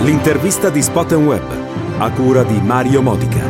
L'intervista di Spot & Web, a cura di Mario Modica.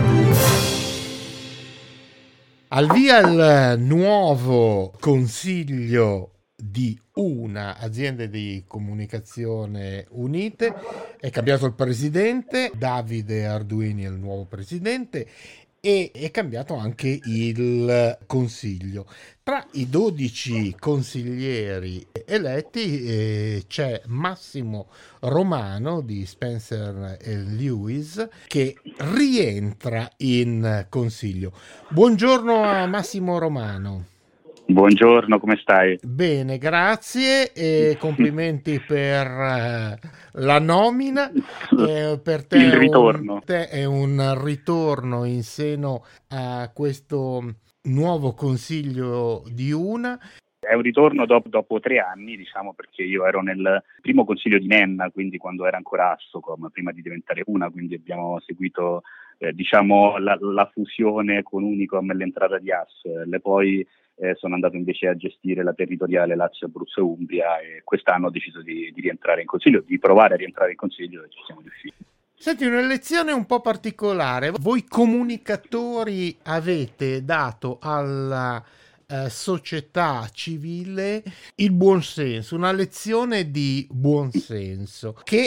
Al via il nuovo consiglio di una azienda di comunicazione unite, è cambiato il presidente, Davide Arduini è il nuovo presidente e è cambiato anche il consiglio. Tra i 12 consiglieri eletti c'è Massimo Romano di Spencer Lewis che rientra in consiglio. Buongiorno a Massimo Romano. Buongiorno, come stai? Bene, grazie e complimenti per la nomina. Per te Il ritorno. è un ritorno in seno a questo nuovo consiglio di una. È un ritorno dopo 3 anni, diciamo, perché io ero nel primo consiglio di Nenna, quindi quando era ancora Assocom, prima di diventare una, quindi abbiamo seguito la fusione con Unicom e l'entrata di Assel. Poi sono andato invece a gestire la territoriale Lazio, Abruzzo e Umbria e quest'anno ho deciso di rientrare in consiglio, di provare a rientrare in consiglio e ci siamo riusciti. Senti, un'elezione un po' particolare. Voi comunicatori avete dato alla società civile il buonsenso, una lezione di buonsenso che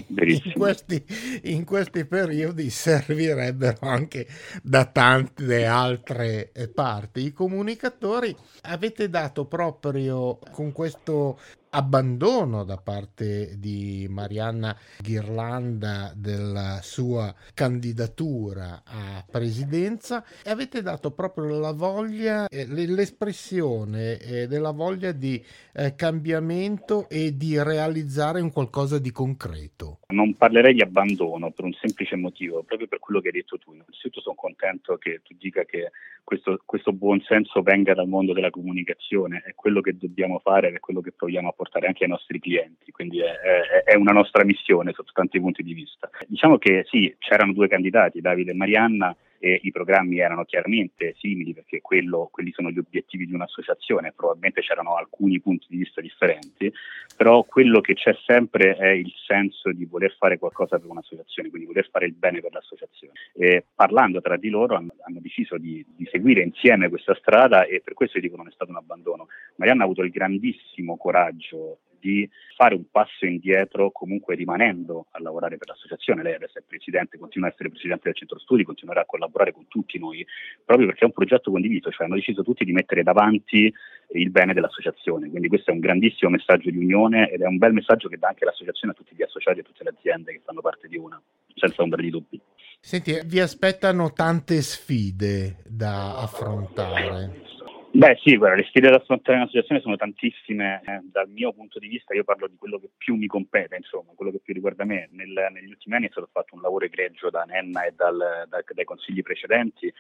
in questi periodi servirebbero anche da tante altre parti. I comunicatori avete dato proprio con questo abbandono da parte di Marianna Ghirlanda della sua candidatura a presidenza e avete dato proprio la voglia, l'espressione della voglia di cambiamento e di realizzare un qualcosa di concreto. Non parlerei di abbandono per un semplice motivo, proprio per quello che hai detto tu. Innanzitutto sono contento che tu dica che questo buonsenso venga dal mondo della comunicazione, è quello che dobbiamo fare, è quello che proviamo a portare anche ai nostri clienti, quindi è una nostra missione sotto tanti punti di vista. Diciamo che sì, c'erano 2 candidati, Davide e Marianna, e i programmi erano chiaramente simili perché quelli sono gli obiettivi di un'associazione, probabilmente c'erano alcuni punti di vista differenti, però quello che c'è sempre è il senso di voler fare qualcosa per un'associazione, quindi voler fare il bene per l'associazione. E parlando tra di loro hanno deciso di seguire insieme questa strada e per questo io dico non è stato un abbandono. Marianna ha avuto il grandissimo coraggio di fare un passo indietro comunque rimanendo a lavorare per l'associazione. Lei adesso è presidente, continua a essere presidente del centro studi, continuerà a collaborare con tutti noi proprio perché è un progetto condiviso, cioè hanno deciso tutti di mettere davanti il bene dell'associazione, quindi questo è un grandissimo messaggio di unione ed è un bel messaggio che dà anche l'associazione a tutti gli associati e a tutte le aziende che fanno parte di una, senza ombra di dubbi. Senti, vi aspettano tante sfide da affrontare. Beh sì, guarda, le sfide da affrontare in un'associazione sono tantissime, dal mio punto di vista io parlo di quello che più mi compete, insomma, quello che più riguarda me. Negli ultimi anni è stato fatto un lavoro egregio da Nenna e dai consigli precedenti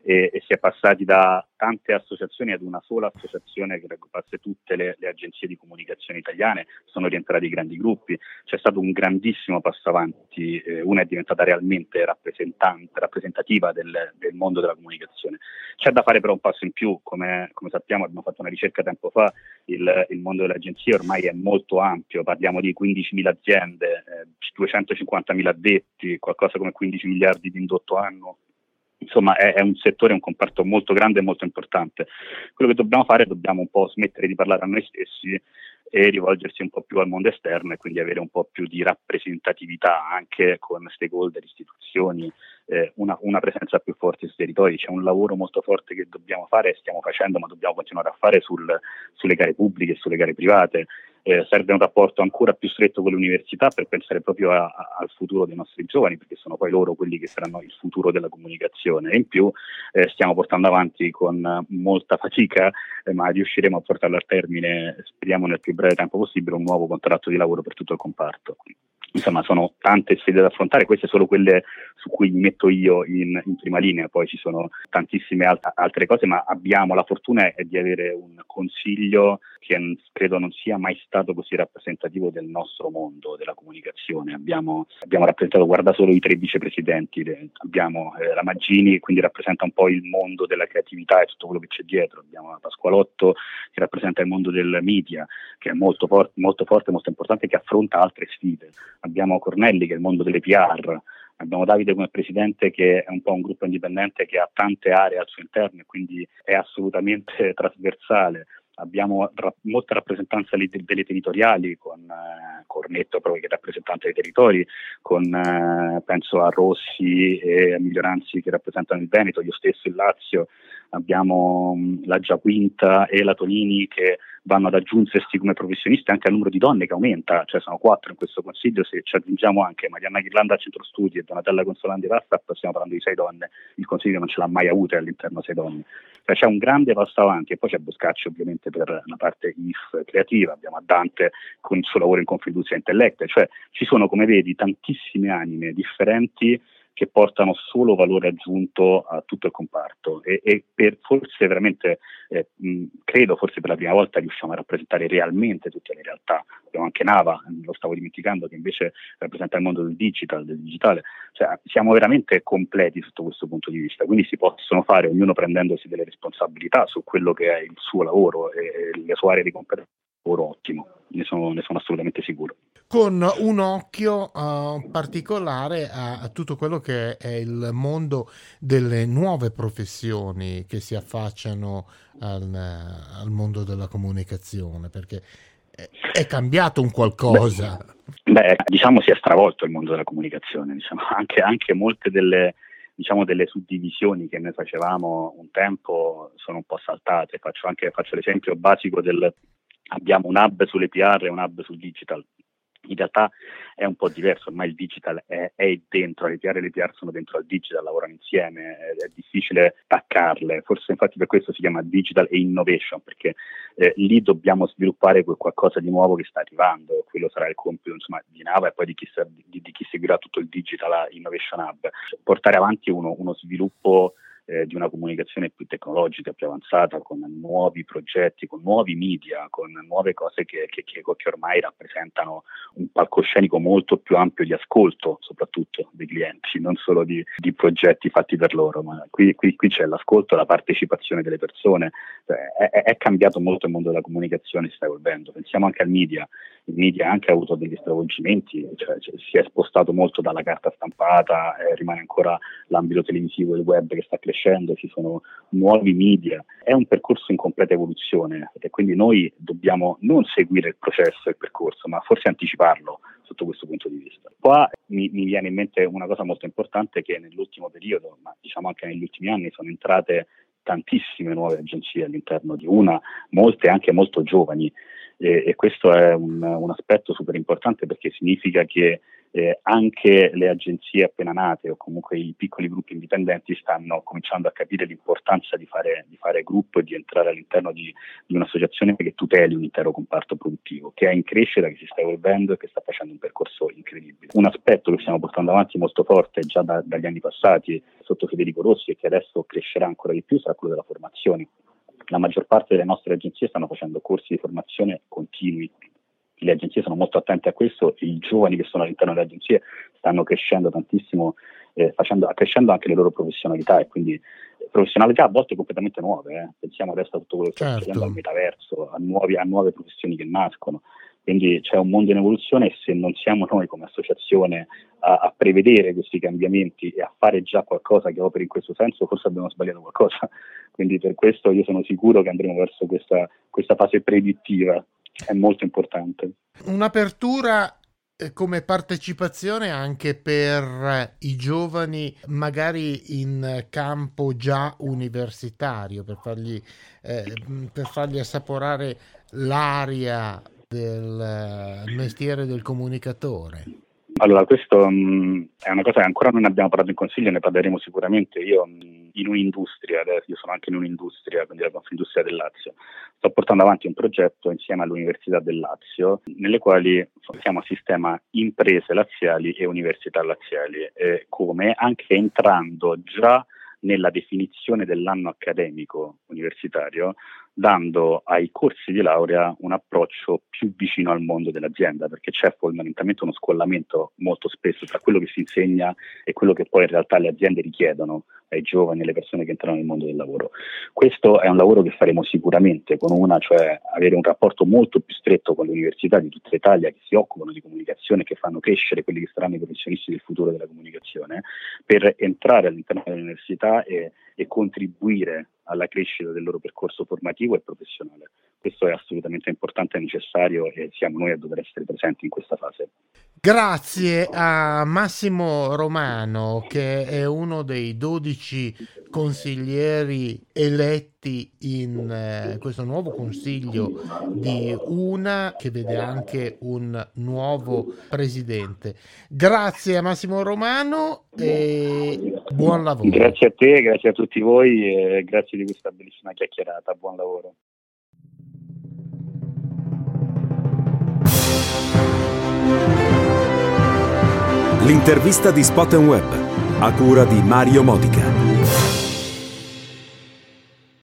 e si è passati da tante associazioni ad una sola associazione che raggruppasse tutte le agenzie di comunicazione italiane, sono rientrati i grandi gruppi, c'è stato un grandissimo passo avanti, una è diventata realmente rappresentativa del mondo della comunicazione. C'è da fare però un passo in più, come sappiamo abbiamo fatto una ricerca tempo fa, il mondo delle agenzie ormai è molto ampio, parliamo di 15.000 aziende, 250.000 addetti, qualcosa come 15 miliardi di indotto anno. Insomma è un settore, un comparto molto grande e molto importante. Quello che dobbiamo fare, dobbiamo un po' smettere di parlare a noi stessi e rivolgersi un po' più al mondo esterno e quindi avere un po' più di rappresentatività anche con stakeholder, istituzioni, una presenza più forte sui territori. C'è un lavoro molto forte che dobbiamo fare e stiamo facendo, ma dobbiamo continuare a fare sulle gare pubbliche e sulle gare private. Serve un rapporto ancora più stretto con le università per pensare proprio al futuro dei nostri giovani, perché sono poi loro quelli che saranno il futuro della comunicazione e in più stiamo portando avanti con molta fatica, ma riusciremo a portarlo a termine, speriamo nel più breve tempo possibile, un nuovo contratto di lavoro per tutto il comparto. Insomma, sono tante sfide da affrontare, queste sono quelle su cui mi metto io in prima linea, poi ci sono tantissime altre cose, ma abbiamo la fortuna di avere un consiglio che credo non sia mai stato così rappresentativo del nostro mondo della comunicazione. Abbiamo rappresentato, guarda solo i 3 vicepresidenti, abbiamo la Maggini, che quindi rappresenta un po' il mondo della creatività e tutto quello che c'è dietro, abbiamo la Pasqualotto che rappresenta il mondo del media, che è molto forte, molto importante, che affronta altre sfide. Abbiamo Cornelli, che è il mondo delle PR. Abbiamo Davide come presidente, che è un po' un gruppo indipendente che ha tante aree al suo interno e quindi è assolutamente trasversale. Abbiamo molta rappresentanza delle territoriali, con Cornetto proprio che è rappresentante dei territori, con penso a Rossi e a Miglioranzi che rappresentano il Veneto, io stesso il Lazio. Abbiamo la Giaquinta e la Tonini che vanno ad aggiungersi come professionisti anche al numero di donne che aumenta, cioè sono 4 in questo consiglio, se ci aggiungiamo anche Marianna Ghirlanda al centro studi e Donatella Consolandi Vassap stiamo parlando di 6 donne, il consiglio non ce l'ha mai avuta all'interno 6 donne, cioè c'è un grande passo avanti. E poi c'è Boscacci ovviamente per la parte IF creativa, abbiamo a Dante con il suo lavoro in Confindustria Intellecte, cioè ci sono, come vedi, tantissime anime differenti che portano solo valore aggiunto a tutto il comparto e per forse veramente credo forse per la prima volta riusciamo a rappresentare realmente tutte le realtà. Abbiamo anche Nava, lo stavo dimenticando, che invece rappresenta il mondo del digitale, cioè siamo veramente completi sotto questo punto di vista, quindi si possono fare ognuno prendendosi delle responsabilità su quello che è il suo lavoro e le sue aree di competenza. Lavoro ottimo, ne sono assolutamente sicuro. Con un occhio particolare a tutto quello che è il mondo delle nuove professioni che si affacciano al mondo della comunicazione, perché è cambiato un qualcosa. Diciamo si è stravolto il mondo della comunicazione, diciamo. Anche molte delle suddivisioni che noi facevamo un tempo sono un po' saltate. Faccio l'esempio basico abbiamo un hub sulle PR e un hub sul digital. In realtà è un po' diverso, ormai il digital è dentro, le PR e le PR sono dentro al digital, lavorano insieme, è difficile staccarle, forse infatti per questo si chiama digital e innovation, perché lì dobbiamo sviluppare qualcosa di nuovo che sta arrivando, quello sarà il compito di Nava e poi di chi seguirà tutto il Digital Innovation Hub, portare avanti uno sviluppo di una comunicazione più tecnologica, più avanzata, con nuovi progetti, con nuovi media, con nuove cose che ormai rappresentano un palcoscenico molto più ampio di ascolto, soprattutto dei clienti, non solo di progetti fatti per loro, ma qui c'è l'ascolto, la partecipazione delle persone. È cambiato molto il mondo della comunicazione, si sta evolvendo. Pensiamo anche al media. Il media anche ha avuto degli stravolgimenti, cioè si è spostato molto dalla carta stampata, rimane ancora l'ambito televisivo e il web che sta crescendo, ci sono nuovi media, è un percorso in completa evoluzione e quindi noi dobbiamo non seguire il processo e il percorso, ma forse anticiparlo sotto questo punto di vista. Qua mi viene in mente una cosa molto importante, che nell'ultimo periodo, ma diciamo anche negli ultimi anni, sono entrate tantissime nuove agenzie all'interno di molte anche molto giovani, e questo è un aspetto super importante, perché significa che anche le agenzie appena nate o comunque i piccoli gruppi indipendenti stanno cominciando a capire l'importanza di fare gruppo e di entrare all'interno di un'associazione che tuteli un intero comparto produttivo, che è in crescita, che si sta evolvendo e che sta facendo un percorso incredibile. Un aspetto che stiamo portando avanti molto forte già dagli anni passati sotto Federico Rossi e che adesso crescerà ancora di più sarà quello della formazione. La maggior parte delle nostre agenzie stanno facendo corsi di formazione continui. Le agenzie sono molto attente a questo, i giovani che sono all'interno delle agenzie stanno crescendo tantissimo, crescendo anche le loro professionalità, e quindi professionalità a volte completamente nuove. Pensiamo adesso a tutto quello che sta succedendo al metaverso, a nuove professioni che nascono. Quindi c'è un mondo in evoluzione, e se non siamo noi come associazione a prevedere questi cambiamenti e a fare già qualcosa che operi in questo senso, forse abbiamo sbagliato qualcosa. Quindi per questo io sono sicuro che andremo verso questa fase predittiva, è molto importante. Un'apertura come partecipazione anche per i giovani, magari in campo già universitario, per fargli assaporare l'aria del mestiere del comunicatore. Allora, questo è una cosa che ancora non abbiamo parlato in consiglio, ne parleremo sicuramente. Io in un'industria, io sono anche in un'industria, quindi la Confindustria del Lazio, sto portando avanti un progetto insieme all'Università del Lazio, nelle quali siamo a sistema imprese laziali e università laziali, come anche entrando già nella definizione dell'anno accademico universitario, dando ai corsi di laurea un approccio più vicino al mondo dell'azienda, perché c'è fondamentalmente uno scollamento molto spesso tra quello che si insegna e quello che poi in realtà le aziende richiedono ai giovani, alle persone che entrano nel mondo del lavoro. Questo è un lavoro che faremo sicuramente con cioè avere un rapporto molto più stretto con le università di tutta Italia che si occupano di comunicazione, che fanno crescere quelli che saranno i professionisti del futuro della comunicazione, per entrare all'interno dell'università e contribuire alla crescita del loro percorso formativo e professionale. Questo è assolutamente importante e necessario e siamo noi a dover essere presenti in questa fase. Grazie a Massimo Romano, che è uno dei 12 consiglieri eletti in questo nuovo consiglio di UNA, che vede anche un nuovo presidente. Grazie a Massimo Romano e buon lavoro. Grazie a te, grazie a tutti voi e grazie di questa bellissima chiacchierata. Buon lavoro. L'intervista di Spot & Web, a cura di Mario Modica.